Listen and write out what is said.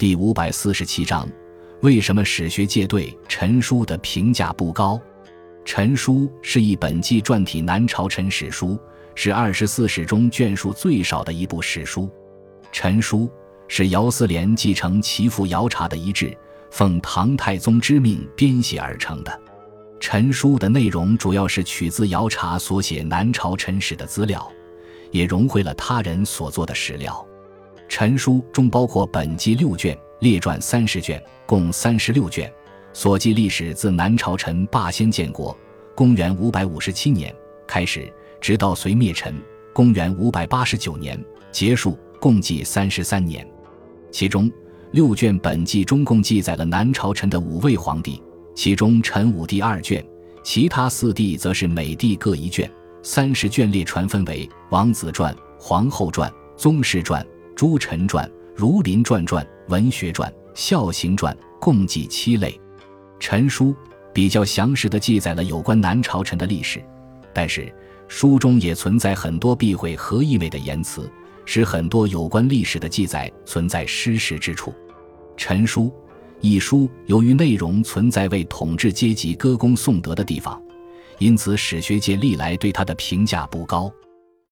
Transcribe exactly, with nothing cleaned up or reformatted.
第五百四十七章，为什么史学界对陈书的评价不高？陈书是一本纪传体南朝陈史书，是二十四史中卷数最少的一部史书。陈书是姚思廉继承其父姚察的遗志，奉唐太宗之命编写而成的。陈书的内容主要是取自姚察所写南朝陈史的资料，也融汇了他人所作的史料。陈书中包括本纪六卷，列传三十卷，共三十六卷，所记历史自南朝陈霸先建国公元五百五十七年开始，直到隋灭陈公元五百八十九年结束，共计三十三年。其中六卷本纪中共记载了南朝陈的五位皇帝，其中陈武帝二卷，其他四帝则是每帝各一卷。三十卷列传分为王子传、皇后传、宗室传、诸臣传、儒林传传、文学传、孝行传，共计七类。陈书比较详实地记载了有关南朝陈的历史，但是书中也存在很多避讳和意味的言辞，使很多有关历史的记载存在失实之处。陈书一书由于内容存在为统治阶级歌功颂德的地方，因此史学界历来对它的评价不高。